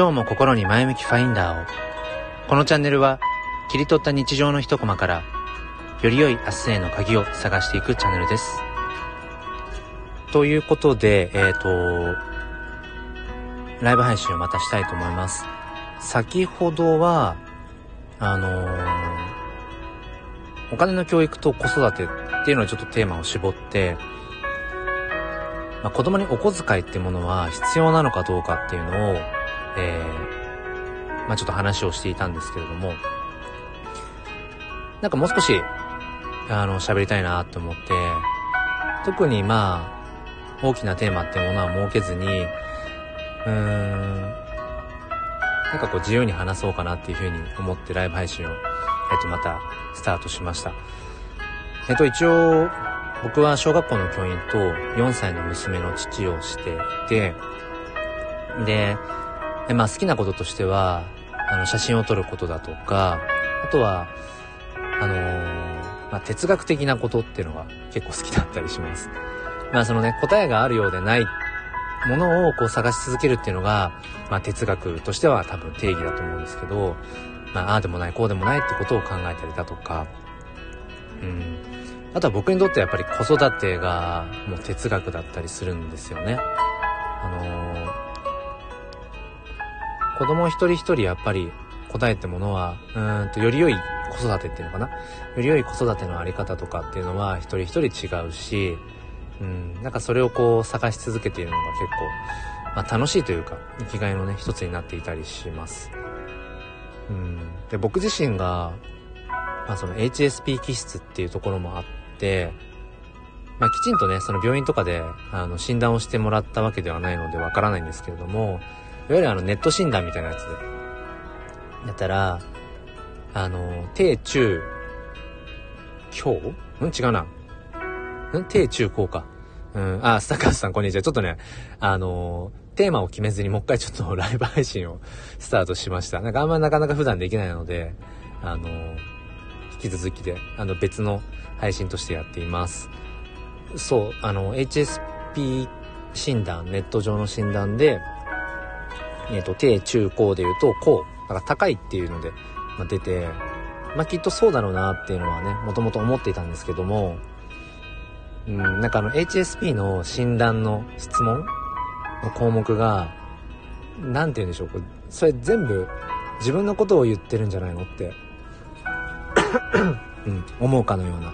今日も心に前向きファインダーを。このチャンネルは切り取った日常の一コマからより良い明日への鍵を探していくチャンネルです。ということでライブ配信をまたしたいと思います。先ほどはお金の教育と子育てっていうのをちょっとテーマを絞って、子供にお小遣いっていうものは必要なのかどうかっていうのを、ちょっと話をしていたんですけれども、なんかもう少し喋りたいなと思って、特に大きなテーマっていうものは設けずになんか自由に話そうかなっていうふうに思ってライブ配信をまたスタートしました。一応僕は小学校の教員と4歳の娘の父をしていて、で、好きなこととしては写真を撮ることだとか、あとは哲学的なことっていうのが結構好きだったりします。答えがあるようでないものを探し続けるっていうのが、哲学としては多分定義だと思うんですけど、ああでもないこうでもないってことを考えたりだとか、あとは僕にとってはやっぱり子育てがもう哲学だったりするんですよね。子供一人一人やっぱり答えってものはより良い子育てっていうのかな、より良い子育てのあり方とかっていうのは一人一人違うし、なんかそれを探し続けているのが結構、楽しいというか生きがいのね一つになっていたりします。で、僕自身が、その HSP 気質っていうところもあって、きちんとねその病院とかで診断をしてもらったわけではないのでわからないんですけれども、いわゆるネット診断みたいなやつでやったら低中強違うな低中高か。スタッカーズさんこんにちは。ちょっとね、テーマを決めずにもう一回ちょっとライブ配信をスタートしました。なかなか普段できないので、引き続きで、別の配信としてやっています。そう、HSP 診断、ネット上の診断で、低中高で言うと、高、だから高いっていうので、出て、きっとそうだろうなっていうのはね、もともと思っていたんですけども、なんかHSP の診断の質問の項目がなんて言うんでしょう、それ全部自分のことを言ってるんじゃないのって思うかのような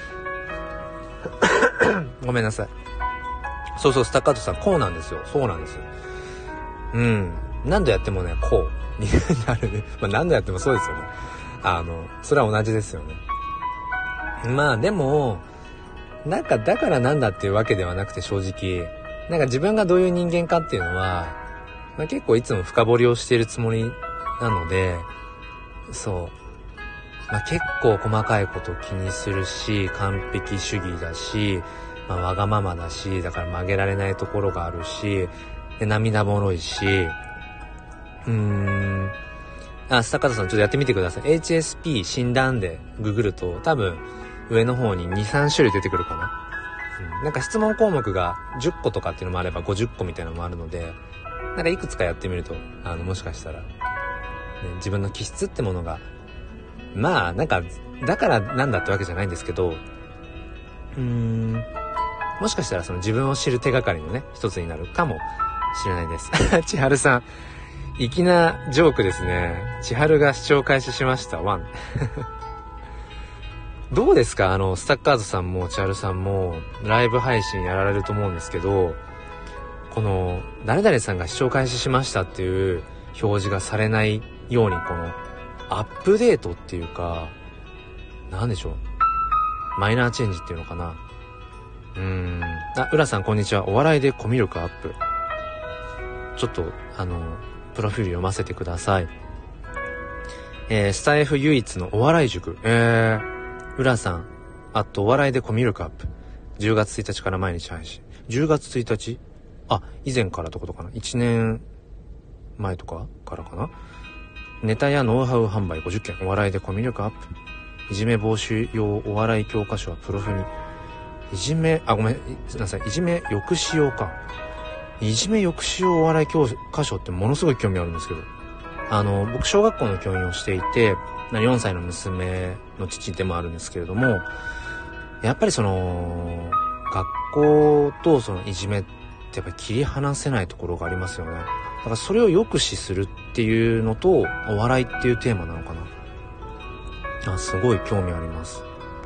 ごめんなさい。そうスタッカートさんこうなんですよ。そうなんですよ。何度やってもねこうになるね。何度やってもそうですよね。それは同じですよね。でもなんかだからなんだっていうわけではなくて、正直なんか自分がどういう人間かっていうのは、結構いつも深掘りをしているつもりなので、そう、結構細かいこと気にするし、完璧主義だし、わがままだし、だから曲げられないところがあるし、で涙もろいし、スタッカートさんちょっとやってみてください。HSP 診断でググると多分上の方に 2,3 種類出てくるかな。なんか質問項目が10個とかっていうのもあれば50個みたいなのもあるので、なんかいくつかやってみるともしかしたら、自分の気質ってものがなんかだからなんだってわけじゃないんですけど、もしかしたらその自分を知る手がかりのね一つになるかもしれないです。千春さん粋なジョークですね。千春が視聴開始しました1どうですか？スタッカーズさんも千春さんもライブ配信やられると思うんですけど、この誰々さんが視聴開始しましたっていう表示がされないように、このアップデートっていうか、なんでしょう、マイナーチェンジっていうのかな。浦さんこんにちは。お笑いでコミュ力アップ。ちょっとプロフィール読ませてください。スタイフ唯一のお笑い塾。浦さん、お笑いでコミュ力アップ。10月1日から毎日配信。10月1日？以前からってことかな。1年前とかからかな。ネタやノウハウ販売50件。お笑いでコミュ力アップ。いじめ防止用お笑い教科書はプロフに。いじめ抑止用か。 いじめ抑止用お笑い教科書ってものすごい興味あるんですけど、僕小学校の教員をしていて、4歳の娘の父でもあるんですけれども、やっぱりその学校とそのいじめってやっぱり切り離せないところがありますよね。だからそれを抑止するっていうのとお笑いっていうテーマなのかな。すごい興味あります。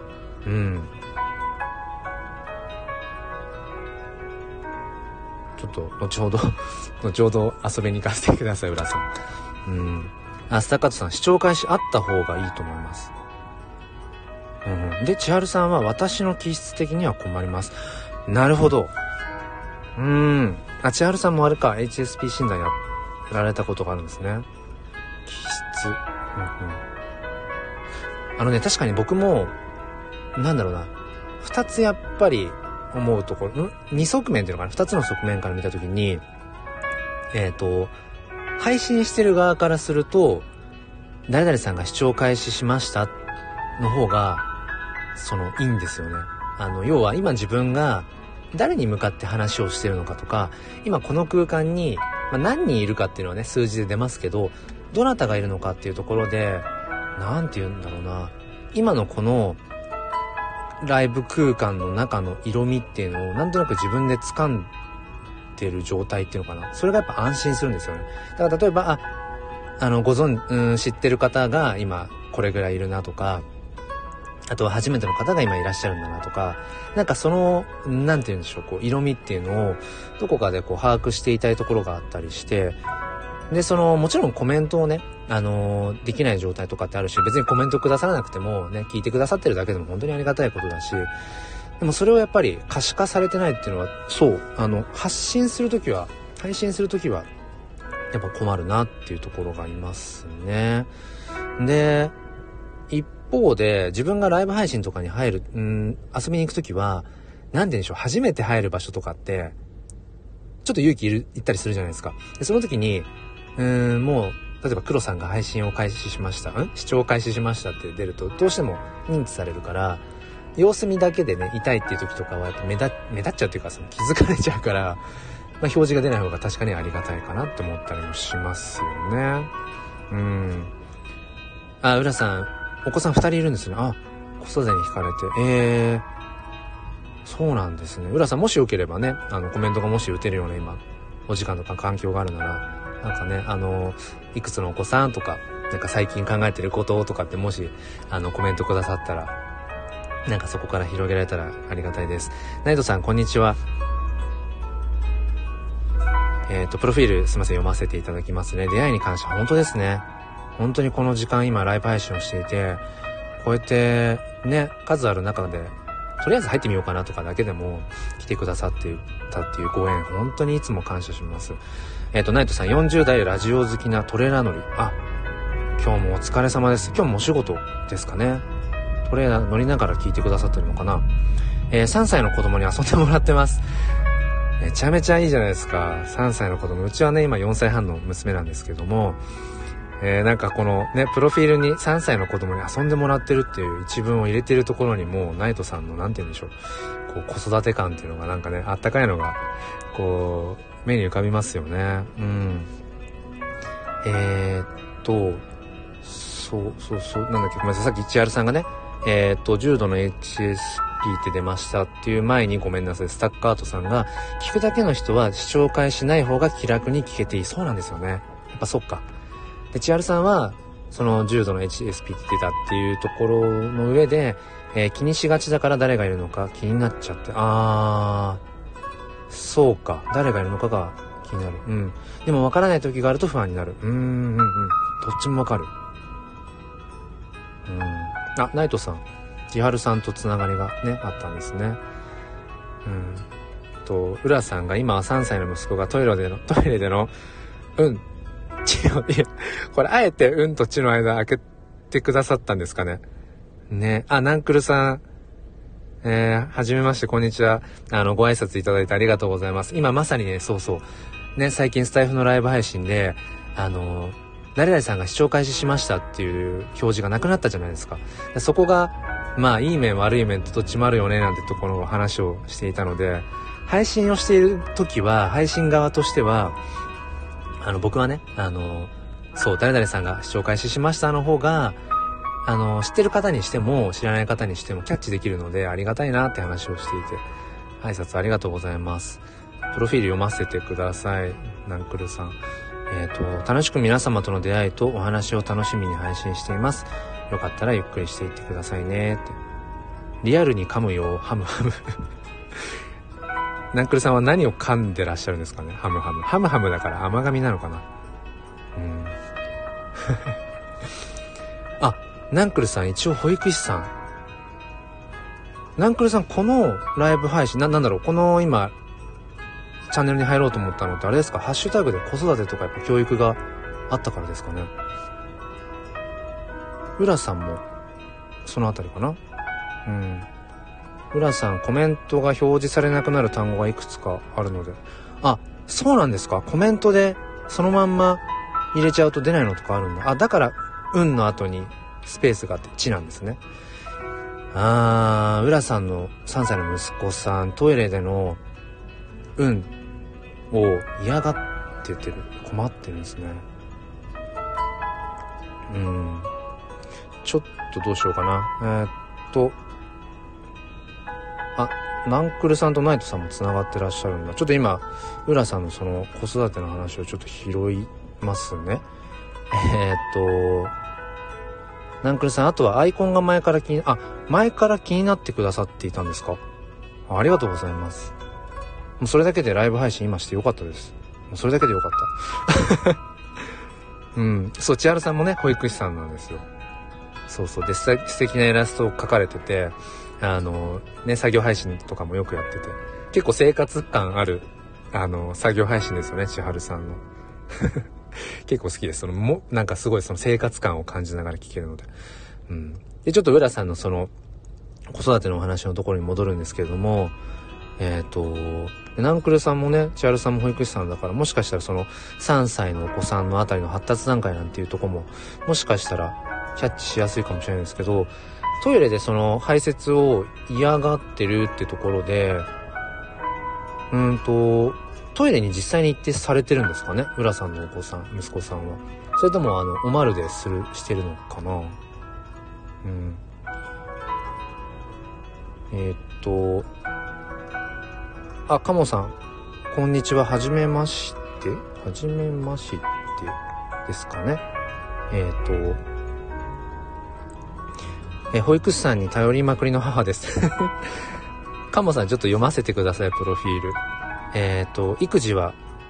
ちょっと後ほど遊びに行かせてください、浦さん。スタカットさん、視聴開始あった方がいいと思います。で、千春さんは私の気質的には困ります。なるほど。千春さんもあれか、HSP 診断やられたことがあるんですね。気質。確かに僕も、二つやっぱり思うところ、二側面っていうのかな、二つの側面から見たときに、配信してる側からすると、誰々さんが視聴開始しましたの方が、いいんですよね。要は今自分が誰に向かって話をしてるのかとか、今この空間に、何人いるかっていうのはね、数字で出ますけど、どなたがいるのかっていうところで、今のこのライブ空間の中の色味っていうのをなんとなく自分で掴んでる状態っていうのかな。それがやっぱ安心するんですよね。だから例えば、知ってる方が今これぐらいいるなとか、あとは初めての方が今いらっしゃるんだなとか、色味っていうのをどこかで把握していたいところがあったりして、で、もちろんコメントをね、できない状態とかってあるし、別にコメントくださらなくてもね、聞いてくださってるだけでも本当にありがたいことだし、でもそれをやっぱり可視化されてないっていうのは、配信するときは、やっぱ困るなっていうところがありますね。で、一方で、自分がライブ配信とかに入る、遊びに行くときは、初めて入る場所とかって、ちょっと勇気いったりするじゃないですか。で、その時に、もう、例えば黒さんが配信を開始しました、視聴開始しましたって出ると、どうしても認知されるから、様子見だけでね、痛いっていう時とかは、目立っちゃうというか、気づかれちゃうから、表示が出ない方が確かにありがたいかなって思ったりもしますよね。浦さん、お子さん2人いるんですね。子育てに惹かれて。そうなんですね。浦さん、もしよければね、コメントがもし打てるような今、お時間とか環境があるなら、いくつのお子さんとか、最近考えてることとかってもし、コメントくださったら、そこから広げられたらありがたいです。ナイトさん、こんにちは。プロフィールすいません、読ませていただきますね。出会いに関しては本当ですね。本当にこの時間今ライブ配信をしていて、こうやってね、数ある中で、とりあえず入ってみようかなとかだけでも来てくださってたっていうご縁、本当にいつも感謝します。ナイトさん、40代ラジオ好きなトレーラー乗り。今日もお疲れ様です。今日もお仕事ですかね。トレーラー乗りながら聞いてくださってるのかな。3歳の子供に遊んでもらってます。めちゃめちゃいいじゃないですか。3歳の子供。うちはね、今4歳半の娘なんですけども、このね、プロフィールに3歳の子供に遊んでもらってるっていう一文を入れてるところにもう、ナイトさんの子育て感っていうのがあったかいのが、目に浮かびますよね。ごめんなさい、さっき千春さんがね、重度の HSP って出ましたっていう前にごめんなさい、スタッカートさんが、聞くだけの人は視聴開始ない方が気楽に聞けていい。そうなんですよね。やっぱそっか。で、千春さんは、その重度の HSP って出たっていうところの上で、気にしがちだから誰がいるのか気になっちゃって、そうか。誰がいるのかが気になる。でも分からない時があると不安になる。どっちも分かる。ナイトさん、千春さんとつながりがね、あったんですね。浦さんが今は3歳の息子がトイレでの、これあえてとちの間開けてくださったんですかね。ね。ナンクルさん、はじめまして、こんにちは。ご挨拶いただいてありがとうございます。今まさにね、ね、最近スタイフのライブ配信で、誰々さんが視聴開始しましたっていう表示がなくなったじゃないですか。そこが、いい面悪い面とどっちもあるよねなんてところの話をしていたので、 配信をしている時は、配信側としては、僕はね、そう、誰々さんが視聴開始しましたの方が、知ってる方にしても、知らない方にしてもキャッチできるので、ありがたいなって話をしていて、挨拶ありがとうございます。プロフィール読ませてください。ナンクルさん。楽しく皆様との出会いとお話を楽しみに配信しています。よかったらゆっくりしていってくださいねって。リアルに噛むよ、ハムハム。ナンクルさんは何を噛んでらっしゃるんですかね。ハムハム。ハムハムだから甘噛みなのかな。あ、ナンクルさん一応保育士さん。ナンクルさんこのライブ配信、なんだろう、この今、チャンネルに入ろうと思ったのってあれですか、ハッシュタグで子育てとかやっぱ教育があったからですかね。浦さんもそのあたりかな。浦さん、コメントが表示されなくなる単語がいくつかあるので。あ、そうなんですか。コメントでそのまんま入れちゃうと出ないのとかあるんだ。あ、だから運の後にスペースがあって地なんですね。浦さんの3歳の息子さん、トイレでの運を嫌がっててる、困ってるんですね。ちょっとどうしようかな。ナンクルさんとナイトさんもつながってらっしゃるんだ。ちょっと今浦さんのその子育ての話をちょっと拾いますね。ナンクルさん、あとはアイコンが前から気になってくださっていたんですか。ありがとうございます。もうそれだけでライブ配信今してよかったです。もうそれだけでよかったそう、千春さんもね保育士さんなんですよ。そうで、素敵なイラストを描かれてて、作業配信とかもよくやってて、結構生活感ある作業配信ですよね、千春さんの結構好きです。なんかすごいその生活感を感じながら聞けるので。で、ちょっと浦さんのその子育てのお話のところに戻るんですけれども、ナンクルさんもね、千春さんも保育士さんだから、もしかしたらその3歳のお子さんのあたりの発達段階なんていうとこも、もしかしたらキャッチしやすいかもしれないんですけど、トイレでその排泄を嫌がってるってところで、トイレに実際に行ってされてるんですかね、浦さんのお子さん、息子さんは。それともおまるでしてるのかな。カモさん、こんにちは。はじめましてですかね。保育士さんに頼りまくりの母ですカモさん、ちょっと読ませてください、プロフィール。育児、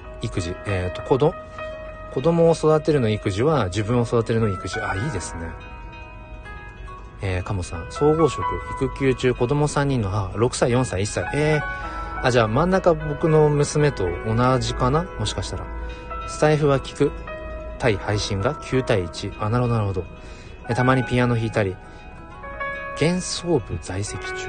子供を育てるの育児は自分を育てるの育児。いいですね。カモさん、総合職、育休中、子供3人の母、6歳、4歳、1歳。じゃあ真ん中僕の娘と同じかな、もしかしたら。スタイフは聞く対配信が9対1。なるほど。たまにピアノ弾いたり、幻想部在籍中。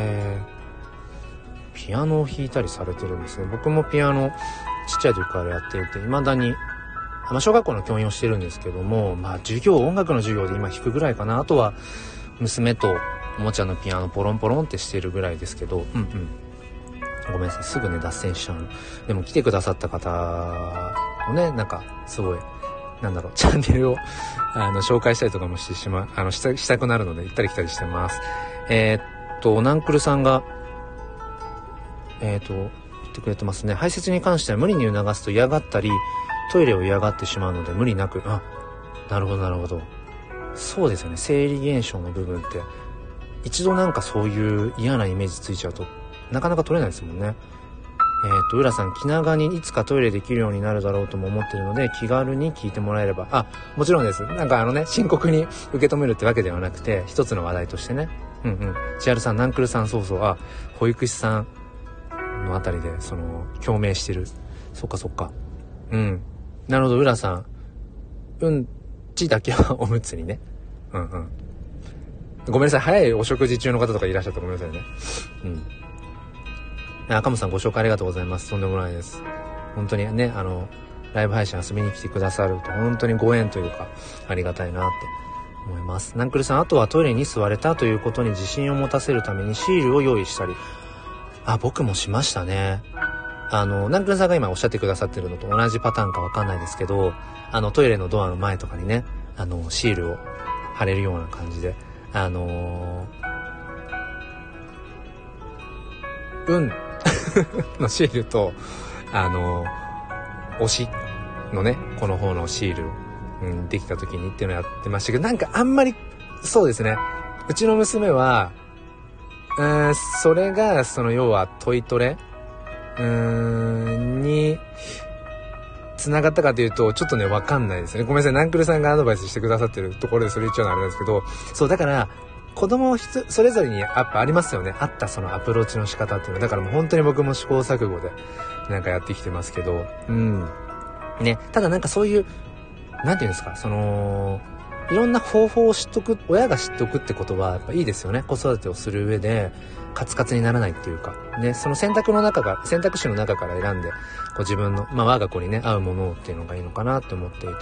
ピアノを弾いたりされてるんですね。僕もピアノちっちゃい時からやっていて、未だに小学校の教員をしてるんですけども、音楽の授業で今弾くぐらいかな。あとは娘とおもちゃのピアノポロンポロンってしてるぐらいですけど、ごめんなさい、すぐね脱線しちゃうの。でも来てくださった方をね、なんかすごいチャンネルを紹介したりとかもしたくなるので行ったり来たりしてます。ナンクルさんが言ってくれてますね。排泄に関しては無理に促すと嫌がったりトイレを嫌がってしまうので無理なく。なるほど。そうですよね。生理現象の部分って一度なんかそういう嫌なイメージついちゃうとなかなか取れないですもんね。浦さん、気長にいつかトイレできるようになるだろうとも思ってるので気軽に聞いてもらえれば。もちろんです。なんか深刻に受け止めるってわけではなくて、一つの話題としてね。千春さん、ナンクルさん、そう保育士さんのあたりで共鳴してる。そっか。なるほど。浦さん、うんちだけはおむつにね。ごめんなさい、早いお食事中の方とかいらっしゃってごめんなさいね。赤本さん、ご紹介ありがとうございます。とんでもないです。本当にね、ライブ配信遊びに来てくださると本当にご縁というかありがたいなって思います。ナンクルさん、あとはトイレに座れたということに自信を持たせるためにシールを用意したり。 僕もしましたね。ナンクルさんが今おっしゃってくださってるのと同じパターンかわかんないですけど、トイレのドアの前とかにね、シールを貼れるような感じで、のシールと、推しのね、この方のシールを、できた時にっていうのをやってましたけど、なんかあんまり、そうですね。うちの娘は、それが、要はトイトレに繋がったかというとちょっとねわかんないですね。ごめんなさい、ナンクルさんがアドバイスしてくださってるところでそれ言っちゃうのはあれなんですけど、そうだから子供それぞれにやっぱありますよね。あったそのアプローチの仕方っていうのだからもう本当に僕も試行錯誤でなんかやってきてますけど、ね、ただなんかそういうなんていうんですか、いろんな方法を知っとく、親が知っとくってことはやっぱいいですよね。子育てをする上でカツカツにならないっていうかね、その選択肢の中から選んでこう自分の我が子にね合うものっていうのがいいのかなって思っていて、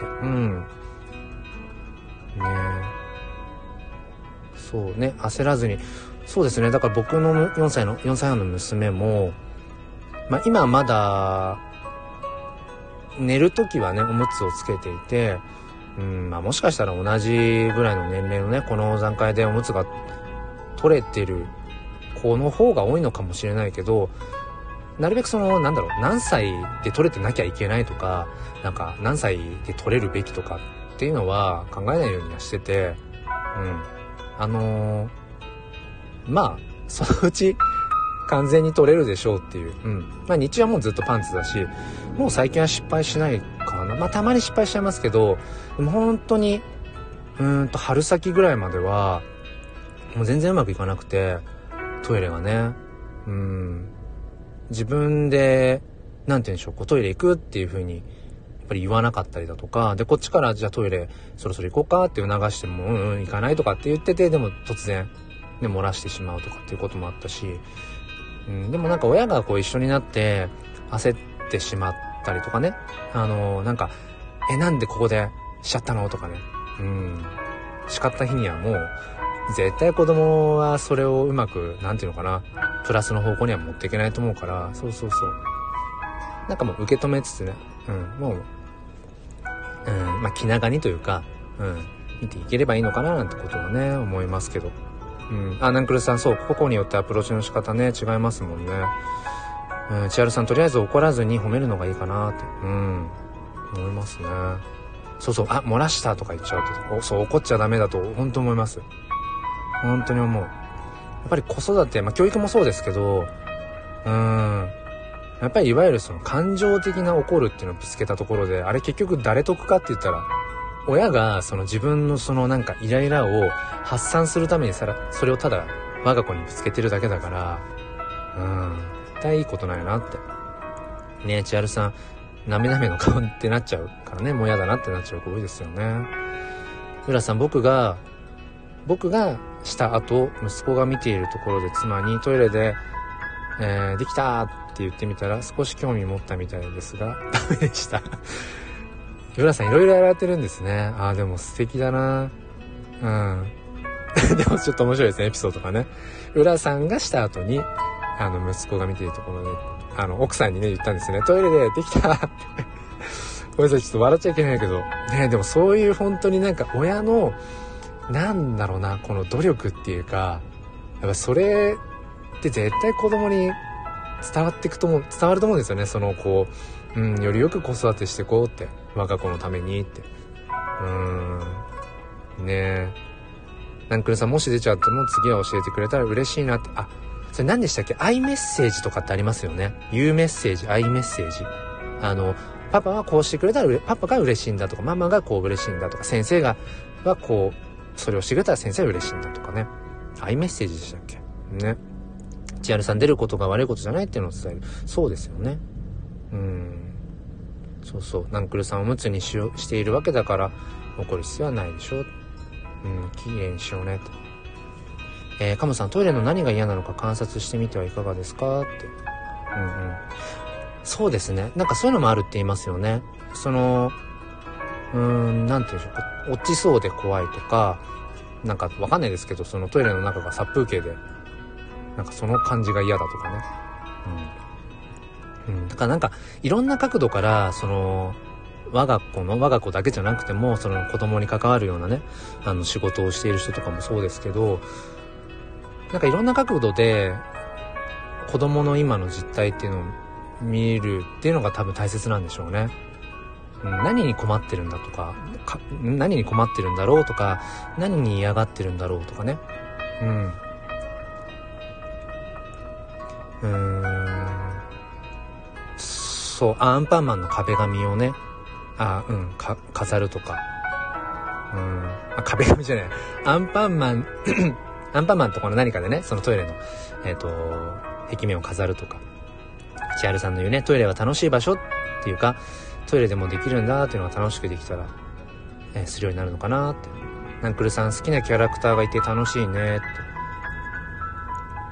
そうね、焦らずに、そうですね。だから僕の4歳半の娘も今はまだ寝るときはねおむつをつけていて、もしかしたら同じぐらいの年齢のねこの段階でおむつが取れてる子の方が多いのかもしれないけど、なるべく何歳で取れてなきゃいけないとか、なんか何歳で取れるべきとかっていうのは考えないようにはしてて、そのうち完全に取れるでしょうっていう、日中はもうずっとパンツだし、もう最近は失敗しないかな。たまに失敗しちゃいますけど、でも本当に春先ぐらいまではもう全然うまくいかなくて、トイレがね、自分でなんて言うんでしょう、こうトイレ行くっていう風にやっぱり言わなかったりだとかで、こっちからじゃあトイレそろそろ行こうかって促しても行かないとかって言ってて、でも突然ね漏らしてしまうとかっていうこともあったし、でもなんか親がこう一緒になって焦ってしまったりとかね、なんかなんでここでしちゃったのとかね、叱った日にはもう絶対子供はそれをうまくなんていうのかな、プラスの方向には持っていけないと思うから、そうなんかもう受け止めつつね、もう気長にというか、見ていければいいのかななんてことはね思いますけど、ナンクルさん、そう個々によってアプローチの仕方ね違いますもんね。千春さん、とりあえず怒らずに褒めるのがいいかなって思いますね。漏らしたとか言っちゃうと、そう怒っちゃダメだと本当思います。本当に思う。やっぱり子育て、教育もそうですけど、やっぱりいわゆるその感情的な怒るっていうのをぶつけたところで、あれ結局誰得かって言ったら、親がその自分のそのなんかイライラを発散するためにそれをただ我が子にぶつけてるだけだから、絶対いいことないなってね。千春さん、涙目の顔ってなっちゃうからね、もう嫌だなってなっちゃう子多いですよね。浦さん、僕がした後、息子が見ているところで妻にトイレで、できたって言ってみたら少し興味持ったみたいですがダメでした。浦さんいろいろやられてるんですね。でも素敵だな。でもちょっと面白いですね、エピソードがね。浦さんがした後に息子が見ているところで奥さんにね言ったんですよね、トイレでできたってごめんなさい、ちょっと笑っちゃいけないけどね。でもそういう本当になんか親のなんだろうな、この努力っていうか、やっぱそれって絶対子供に伝わると思うんですよね。そのこう、よりよく子育てしていこうって、我が子のためにってねえ。ナンクルさん、もし出ちゃっても次は教えてくれたら嬉しいなって。それ何でしたっけ、アイメッセージとかってありますよね。ユーメッセージ、アイメッセージ、パパはこうしてくれたらパパが嬉しいんだとか、ママがこう嬉しいんだとか、先生がこうそれをしてくれたら先生は嬉しいんだとかね。アイメッセージでしたっけね。千春さん、出ることが悪いことじゃないっていうのを伝える。そうですよね。ナンクルさん、おむつにしているわけだから怒る必要はないでしょ。きれいにしようねと。カムさん、トイレの何が嫌なのか観察してみてはいかがですかって。そうですね。なんかそういうのもあるって言いますよね。なんて言うんでしょう、落ちそうで怖いとか、なんかわかんないですけど、そのトイレの中が殺風景でなんかその感じが嫌だとかね。 だからなんかいろんな角度からその我が子だけじゃなくてもその子供に関わるようなね仕事をしている人とかもそうですけど、なんかいろんな角度で子供の今の実態っていうのを見るっていうのが多分大切なんでしょうね。何に困ってるんだとか、何に困ってるんだろうとか、何に嫌がってるんだろうとかね。そう、アンパンマンの壁紙をね、飾るとか。壁紙じゃない。アンパンマンとこの何かでね、そのトイレの、壁面を飾るとか。千春さんの言うね、トイレは楽しい場所っていうか、トイレでもできるんだっていうのが楽しくできたら、するようになるのかなって。ナンクルさん好きなキャラクターがいて楽しいねって。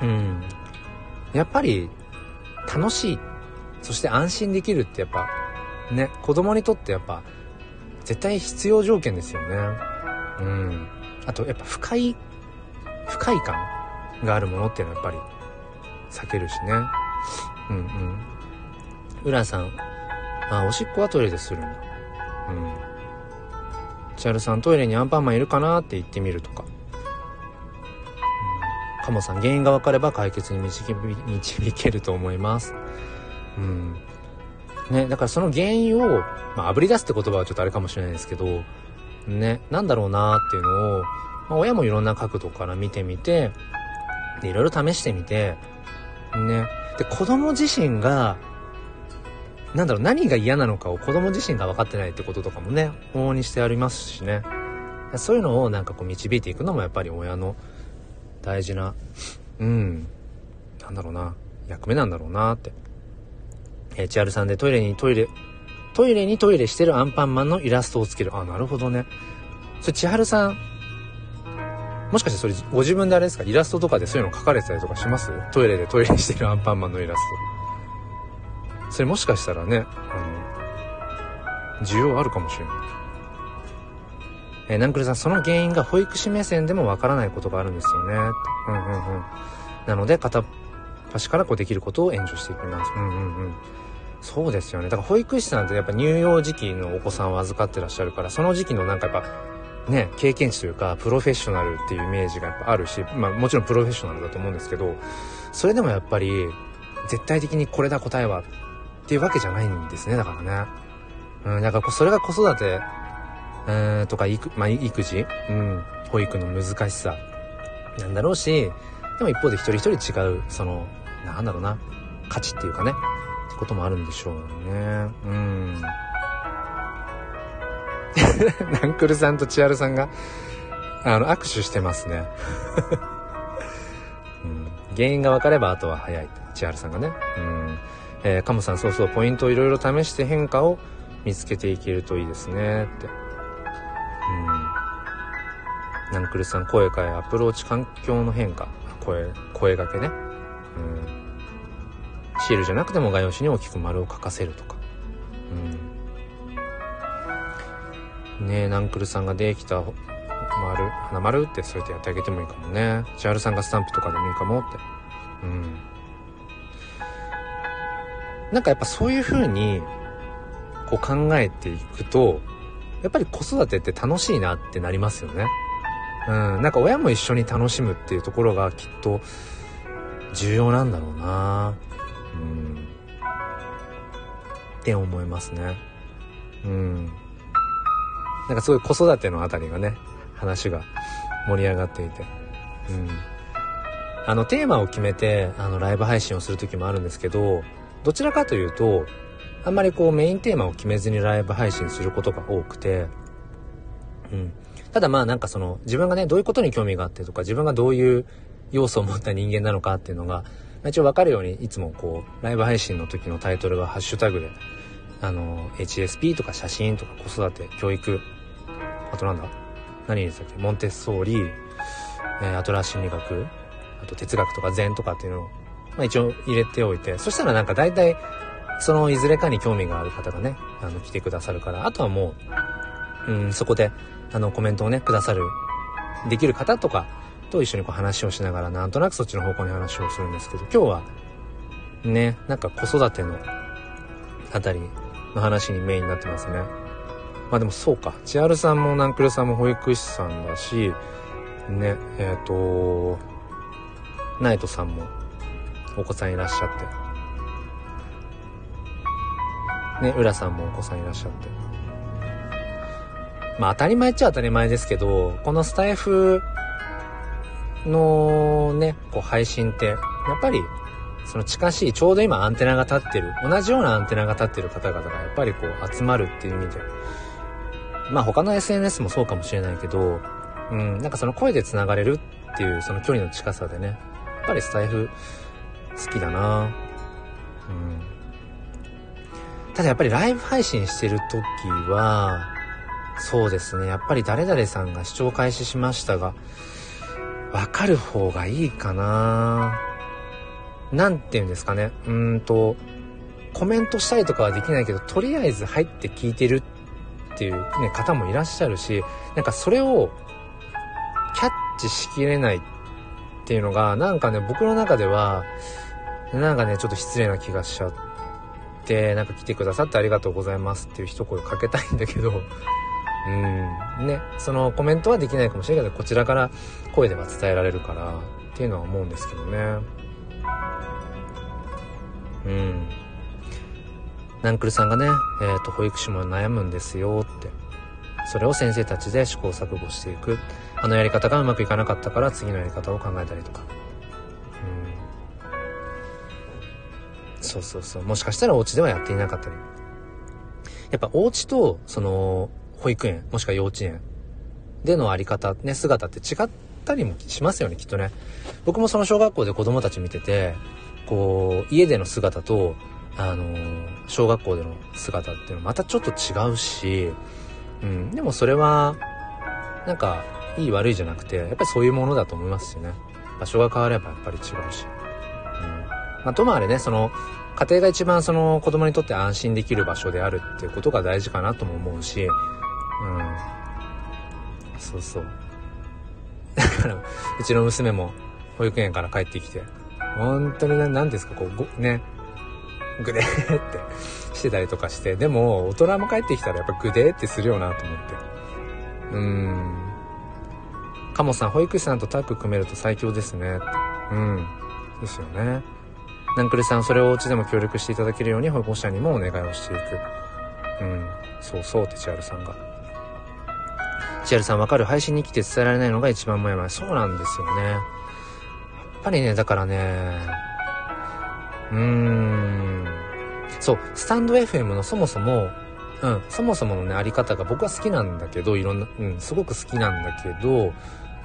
やっぱり楽しい、そして安心できるってやっぱね、子供にとってやっぱ絶対必要条件ですよね。あとやっぱ不快感があるものっていうのはやっぱり避けるしね。浦さん、おしっこはトイレでするんだ。千春さん、トイレにアンパンマンいるかなって言ってみるとか。カモさん、原因が分かれば解決に導けると思います。ね、だからその原因を、炙り出すって言葉はちょっとあれかもしれないですけど、ね、なんだろうなっていうのを、親もいろんな角度から見てみて、で、いろいろ試してみて、ね、で、子供自身が、何が嫌なのかを子供自身が分かってないってこととかもね、往々にしてありますしね。そういうのをなんかこう導いていくのもやっぱり親の大事な、役目なんだろうなって。千春さんでトイレにトイレしてるアンパンマンのイラストをつける。なるほどね。それ千春さん、もしかしてそれご自分であれですか、イラストとかでそういうの書かれてたりとかします？トイレしてるアンパンマンのイラスト。それもしかしたらね、需要あるかもしれない。ナンクルさん、その原因が保育士目線でもわからないことがあるんですよね。なので片端からこうできることを援助していきます。そうですよね。だから保育士さんってやっぱ乳幼児期のお子さんを預かってらっしゃるから、その時期のなんかやっぱね、経験値というかプロフェッショナルっていうイメージがやっぱあるし、もちろんプロフェッショナルだと思うんですけど、それでもやっぱり絶対的にこれだ答えはっていうわけじゃないんですね。だからね。だからそれが子育てとか育児、保育の難しさなんだろうし、でも一方で一人一人違うその価値っていうかねってこともあるんでしょうね。ナンクルさんと千春さんが握手してますね。原因が分かればあとは早い。千春さんがね。カモさん、そうポイントをいろいろ試して変化を見つけていけるといいですねって。ナンクルさん、声変え、アプローチ、環境の変化、声掛けね。シールじゃなくても画用紙に大きく丸を書かせるとか。ねえ、ナンクルさんができた花丸ってそうやってやってあげてもいいかもね。千春さんがスタンプとかでもいいかもって。なんかやっぱそういう風にこう考えていくと、やっぱり子育てって楽しいなってなりますよね。なんか親も一緒に楽しむっていうところがきっと重要なんだろうな。って思いますね。なんかすごい子育てのあたりがね、話が盛り上がっていて、テーマを決めてライブ配信をする時もあるんですけど、どちらかというとあんまりこうメインテーマを決めずにライブ配信することが多くて、ただなんかその自分がねどういうことに興味があってとか、自分がどういう要素を持った人間なのかっていうのが一応分かるように、いつもこうライブ配信の時のタイトルはハッシュタグでHSP とか写真とか子育て教育、あと何でしたっけ、モンテッソーリアトラー心理学、あと哲学とか禅とかっていうのを一応入れておいて、そしたらなんか大体そのいずれかに興味がある方がね来てくださるから、あとはもうそこでコメントをねくださるできる方とかと一緒にこう話をしながら、なんとなくそっちの方向に話をするんですけど、今日はね、なんか子育てのあたりの話にメインになってますね。まあでもそうか、千春さんもナンクルさんも保育士さんだしね、ナイトさんもお子さんいらっしゃってね、浦さんもお子さんいらっしゃって、まあ当たり前っちゃ当たり前ですけど、このスタイフのね、こう配信ってやっぱりその近しい、ちょうど今アンテナが立ってる、同じようなアンテナが立ってる方々がやっぱりこう集まるっていう意味で、まあ他の SNS もそうかもしれないけど、なんかその声でつながれるっていうその距離の近さでね、やっぱりスタイフ好きだな。ただやっぱりライブ配信してる時はそうですね、やっぱり誰々さんが視聴開始しましたが分かる方がいいかな。なんていうんですかね、コメントしたりとかはできないけど、とりあえず入って聞いてるっていう、ね、方もいらっしゃるし、なんかそれをキャッチしきれないっていうのがなんかね、僕の中ではなんかね、ちょっと失礼な気がしちゃって、なんか来てくださってありがとうございますっていう一声かけたいんだけど、ね、そのコメントはできないかもしれないけど、こちらから声では伝えられるからっていうのは思うんですけどね。ナンクルさんがね、保育士も悩むんですよって、それを先生たちで試行錯誤していく、あのやり方がうまくいかなかったから次のやり方を考えたりとか、そうもしかしたらお家ではやっていなかったり、やっぱお家とその保育園もしくは幼稚園でのあり方ね、姿って違ったりもしますよね、きっとね。僕もその小学校で子供たち見てて、こう家での姿と小学校での姿っていうのはまたちょっと違うし、でもそれはなんかいい悪いじゃなくて、やっぱりそういうものだと思いますしね。場所が変わればやっぱり違うし、ともあれね、その家庭が一番その子供にとって安心できる場所であるっていうことが大事かなとも思うし、そうだからうちの娘も保育園から帰ってきて本当に何ですか、こうね、グデーってしてたりとかして、でも大人も帰ってきたらやっぱグデーってするよなと思って、カモさん、保育士さんとタッグ組めると最強ですね。ですよね。ナンクルさん、それをお家でも協力していただけるように保護者にもお願いをしていく。そうって千春さんが。千春さん、わかる、配信に来て伝えられないのが一番もやもや。そうなんですよね。やっぱりね、だからね、そう、スタンド FM のそもそものね、あり方が僕は好きなんだけど、いろんな、すごく好きなんだけど、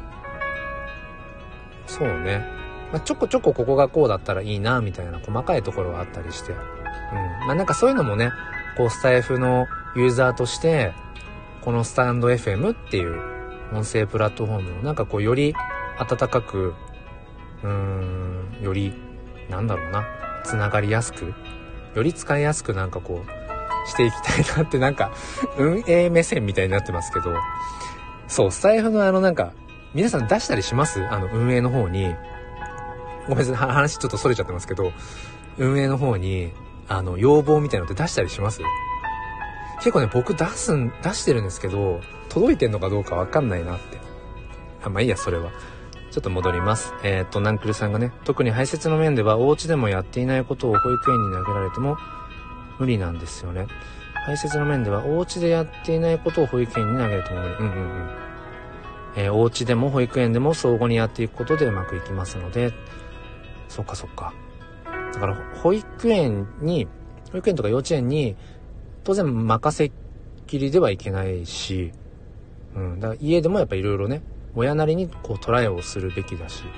そうね、ちょこちょこここがこうだったらいいなみたいな細かいところがあったりして、なんかそういうのもね、こうスタイフのユーザーとしてこのスタンド FM っていう音声プラットフォームをなんかこうより温かく、よりつながりやすく、より使いやすくなんかこうしていきたいなって、なんか運営目線みたいになってますけど、そうスタイフのなんか皆さん出したりします？運営の方に、ごめんなさい、話ちょっとそれちゃってますけど、運営の方に要望みたいなのって出したりします？結構ね、僕出してるんですけど、届いてんのかどうかわかんないなって。まあいいや、それはちょっと戻ります。ナンクルさんがね、特に排泄の面ではお家でもやっていないことを保育園に投げられても無理なんですよね。排泄の面ではお家でやっていないことを保育園に投げるとも無理。お家でも保育園でも相互にやっていくことでうまくいきますので、そっか。だから保育園とか幼稚園に当然任せっきりではいけないし、だから家でもやっぱいろいろね、親なりにこうトライをするべきだし、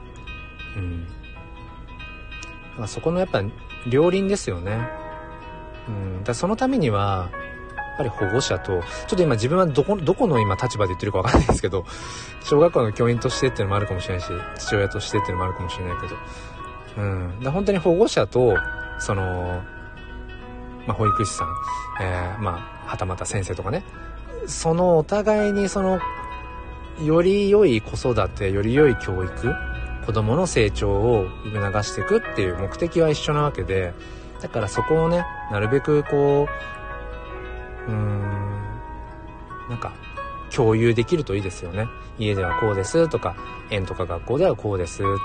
だからそこのやっぱ両輪ですよね。だからそのためにはやっぱり保護者と、ちょっと今自分はどこの今立場で言ってるか分かんないですけど、小学校の教員としてっていうのもあるかもしれないし、父親としてっていうのもあるかもしれないけど、だ本当に保護者とその、保育士さん、はたまた先生とかね、そのお互いにそのより良い子育て、より良い教育、 子供の成長を促していくっていう目的は一緒なわけで、だからそこをね、なるべくこう、なんか共有できるといいですよね。家ではこうですとか、園とか学校ではこうですっていう。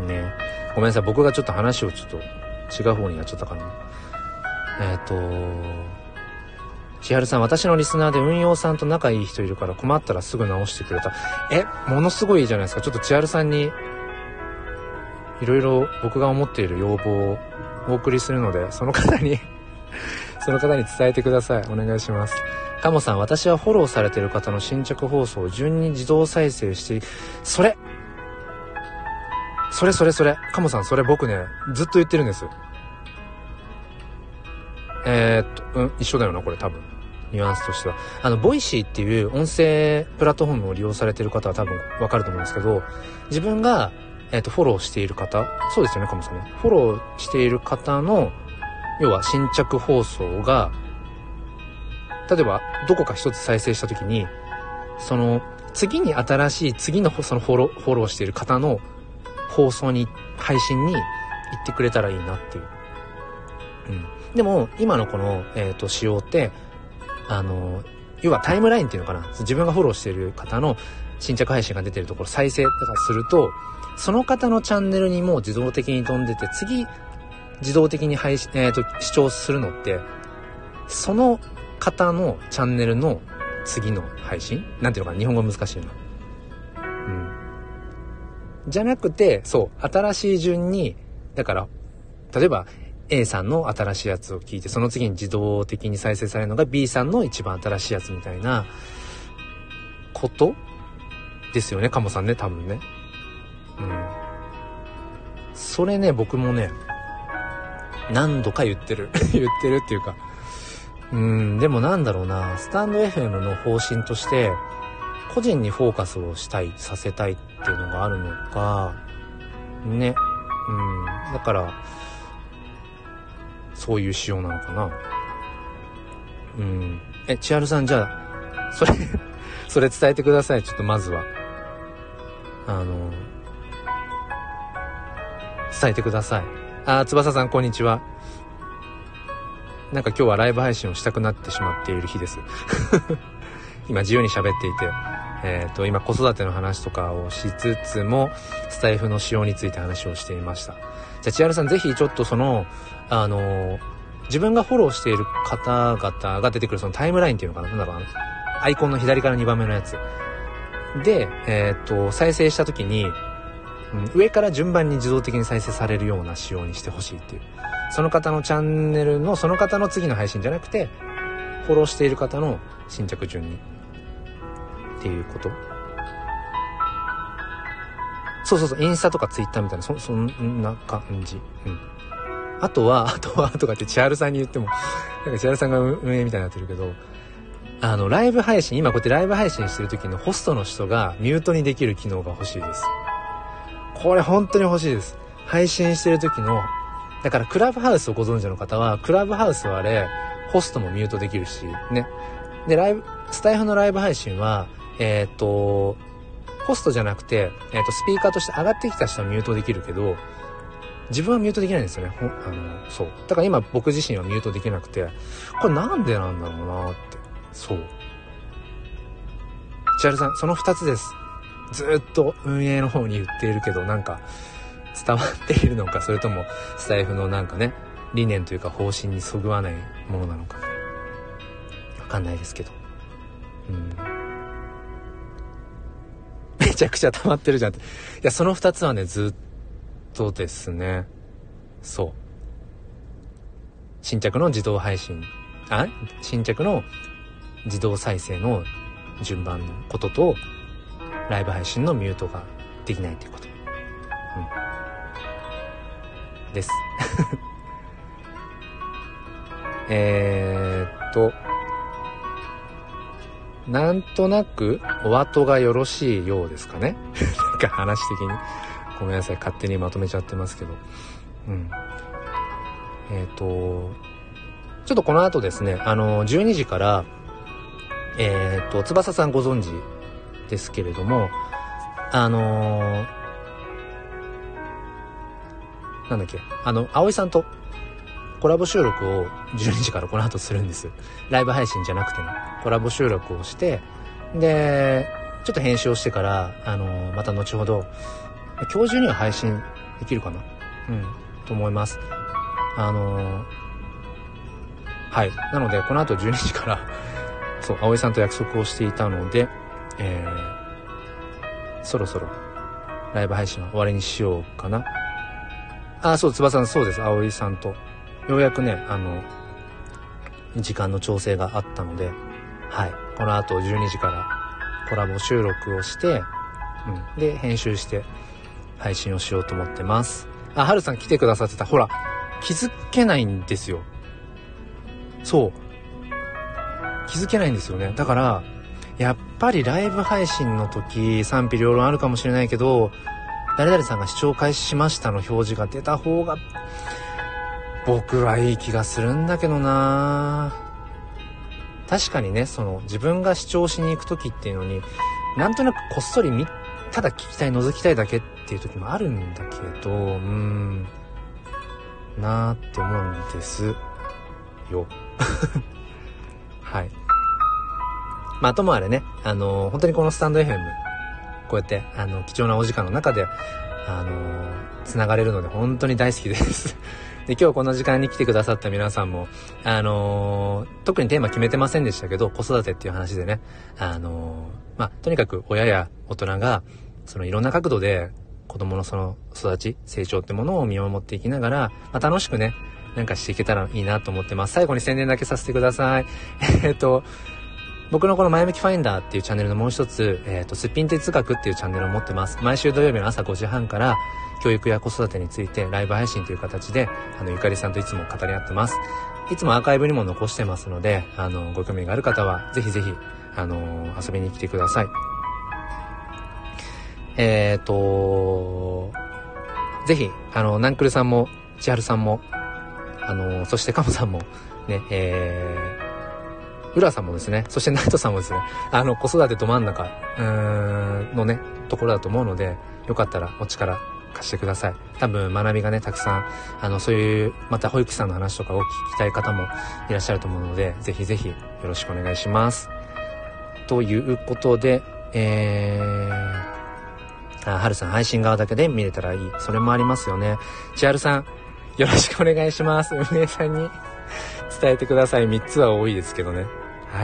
ね。ごめんなさい。僕がちょっと話をちょっと違う方にやっちゃったかな。千春さん、私のリスナーで運用さんと仲いい人いるから困ったらすぐ直してくれた。ものすごいいいじゃないですか。ちょっと千春さんにいろいろ僕が思っている要望をお送りするので、その方に伝えてください。お願いします。カモさん、私はフォローされている方の新着放送を順に自動再生して、それカモさん、それ僕ね、ずっと言ってるんです。一緒だよな、これ多分。ニュアンスとしては。ボイシーっていう音声プラットフォームを利用されている方は多分わかると思うんですけど、自分が、フォローしている方、そうですよね、カモさんね。フォローしている方の、要は新着放送が、例えばどこか一つ再生したときに、その次に新しい次のそのフォローしている方の放送に、配信に行ってくれたらいいなっていう。でも今のこの仕様って、要はタイムラインっていうのかな、自分がフォローしている方の新着配信が出てるところ再生とかすると、その方のチャンネルにも自動的に飛んでて、次自動的に視聴するのってその方のチャンネルの次の配信なんていうのかな、日本語難しいな。じゃなくて、そう新しい順に、だから例えば A さんの新しいやつを聞いて、その次に自動的に再生されるのが B さんの一番新しいやつみたいなことですよね、カモさんね、多分ね。それね、僕もね何度か言ってるっていうか、でもなんだろうな、スタンド FM の方針として個人にフォーカスをさせたいっていうのがあるのかね。だからそういう仕様なのかな。千春さん、じゃあそれ伝えてください。ちょっとまずは伝えてください。翼さん、こんにちは。なんか今日はライブ配信をしたくなってしまっている日です今自由に喋っていて、今子育ての話とかをしつつもスタイフの仕様について話をしていました。じゃあ千春さん、ぜひちょっとその自分がフォローしている方々が出てくるそのタイムラインっていうのかな、なんだろうな、アイコンの左から2番目のやつで、再生した時に、上から順番に自動的に再生されるような仕様にしてほしいっていう。その方のチャンネルのその方の次の配信じゃなくて、フォローしている方の新着順にっていうこと。そうインスタとかツイッターみたいな、そんな感じ。あとはとかって千春さんに言ってもなんか千春さんが運営みたいになってるけど、ライブ配信、今こうやってライブ配信してる時のホストの人がミュートにできる機能が欲しいです。これ本当に欲しいです。配信してる時の、だからクラブハウスをご存知の方は、クラブハウスはあれホストもミュートできるしね。でスタイフのライブ配信はホストじゃなくて、スピーカーとして上がってきた人はミュートできるけど、自分はミュートできないんですよね。そうだから今僕自身はミュートできなくて、これなんでなんだろうなって。そう千春さん、その2つです。ずっと運営の方に言っているけど、なんか伝わっているのか、それともスタイフのなんかね、理念というか方針にそぐわないものなのかわかんないですけど、めちゃくちゃ溜まってるじゃんって。いや、その2つはね、ずっとですね。そう新着の自動配信、新着の自動再生の順番のことと、ライブ配信のミュートができないということ、ですなんとなくお後がよろしいようですかねなんか話的にごめんなさい、勝手にまとめちゃってますけど、ちょっとこの後ですね、12時から翼さんご存知ですけれども、 なんだっけ、葵さんとコラボ収録を12時からこの後するんです。ライブ配信じゃなくてね、コラボ収録をして、で、ちょっと編集をしてから、また後ほど、今日中には配信できるかなと思います。はい。なので、この後12時から、そう、葵さんと約束をしていたので、そろそろ、ライブ配信は終わりにしようかな。そう、翼さん、そうです。葵さんと、ようやくね、時間の調整があったので、はい。この後12時からコラボ収録をして、で、編集して配信をしようと思ってます。はるさん来てくださってた。ほら、気づけないんですよ。そう。気づけないんですよね。だから、やっぱりライブ配信の時、賛否両論あるかもしれないけど、誰々さんが視聴開始しましたの表示が出た方が僕はいい気がするんだけどな。確かにね、自分が視聴しに行く時っていうのになんとなくこっそりただ聞きたい覗きたいだけっていう時もあるんだけどなーって思うんですよはい。まあともあれね、本当にこのスタンド FMこうやって貴重なお時間の中でつながれるので本当に大好きですで、今日この時間に来てくださった皆さんも特にテーマ決めてませんでしたけど、子育てっていう話でね、とにかく親や大人がいろんな角度で子供の育ち成長ってものを見守っていきながら、楽しくねなんかしていけたらいいなと思ってます。最後に宣伝だけさせてください僕のこの前向きファインダーっていうチャンネルのもう一つ、すっぴん哲学っていうチャンネルを持ってます。毎週土曜日の朝5時半から教育や子育てについてライブ配信という形でゆかりさんといつも語り合ってます。いつもアーカイブにも残してますので、ご興味がある方はぜひぜひ遊びに来てください。ぜひナンクルさんも千春さんもそしてカモさんもね、浦さんもですね、そしてナイトさんもですね、子育てど真ん中のねところだと思うので、よかったらお力貸してください。多分学びがねたくさんそういうまた保育士さんの話とかを聞きたい方もいらっしゃると思うので、ぜひぜひよろしくお願いします。ということで、はるさん配信側だけで見れたらいい、それもありますよね。千春さんよろしくお願いします。運営さんに伝えてください。3つは多いですけどね。はい。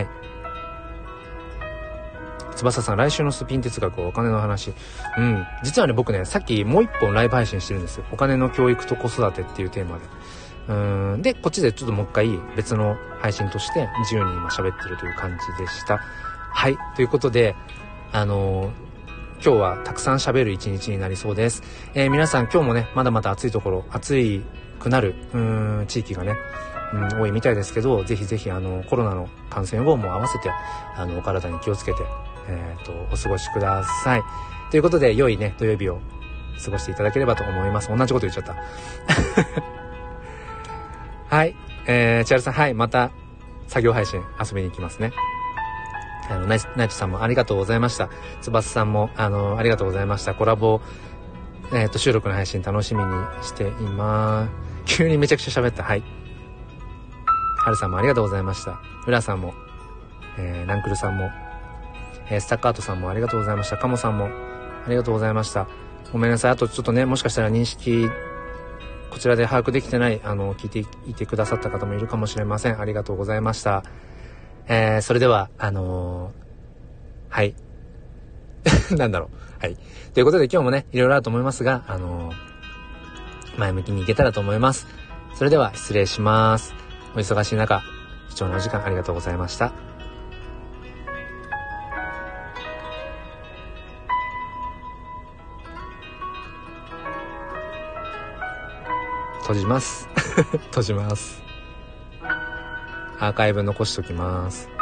翼さん、来週のスピン哲学はお金の話。実はね、僕ね、さっきもう一本ライブ配信してるんですよ。お金の教育と子育てっていうテーマで。で、こっちでちょっともう一回別の配信として自由に今喋ってるという感じでした。はい。ということで、今日はたくさん喋る一日になりそうです。皆さん今日もね、まだまだ暑いところ、暑くなる地域がね、多いみたいですけど、ぜひぜひコロナの感染予防も合わせてお体に気をつけて、お過ごしください。ということで、良いね土曜日を過ごしていただければと思います。同じこと言っちゃったはい、千春さん、はい、また作業配信遊びに行きますね。ナイチさんもありがとうございました。翼さんもありがとうございました。コラボ収録の配信楽しみにしています。急にめちゃくちゃ喋った。はい、はるさんもありがとうございました。浦さんも、ナンクルさんも、スタッカートさんもありがとうございました。カモさんもありがとうございました。ごめんなさい。あとちょっとね、もしかしたら認識こちらで把握できてない聞いていてくださった方もいるかもしれません。ありがとうございました。それでははい。なんだろう。はい。ということで今日もね、いろいろあると思いますが、前向きにいけたらと思います。それでは失礼します。お忙しい中、貴重なお時間ありがとうございました。閉じます。閉じます。アーカイブ残しときます。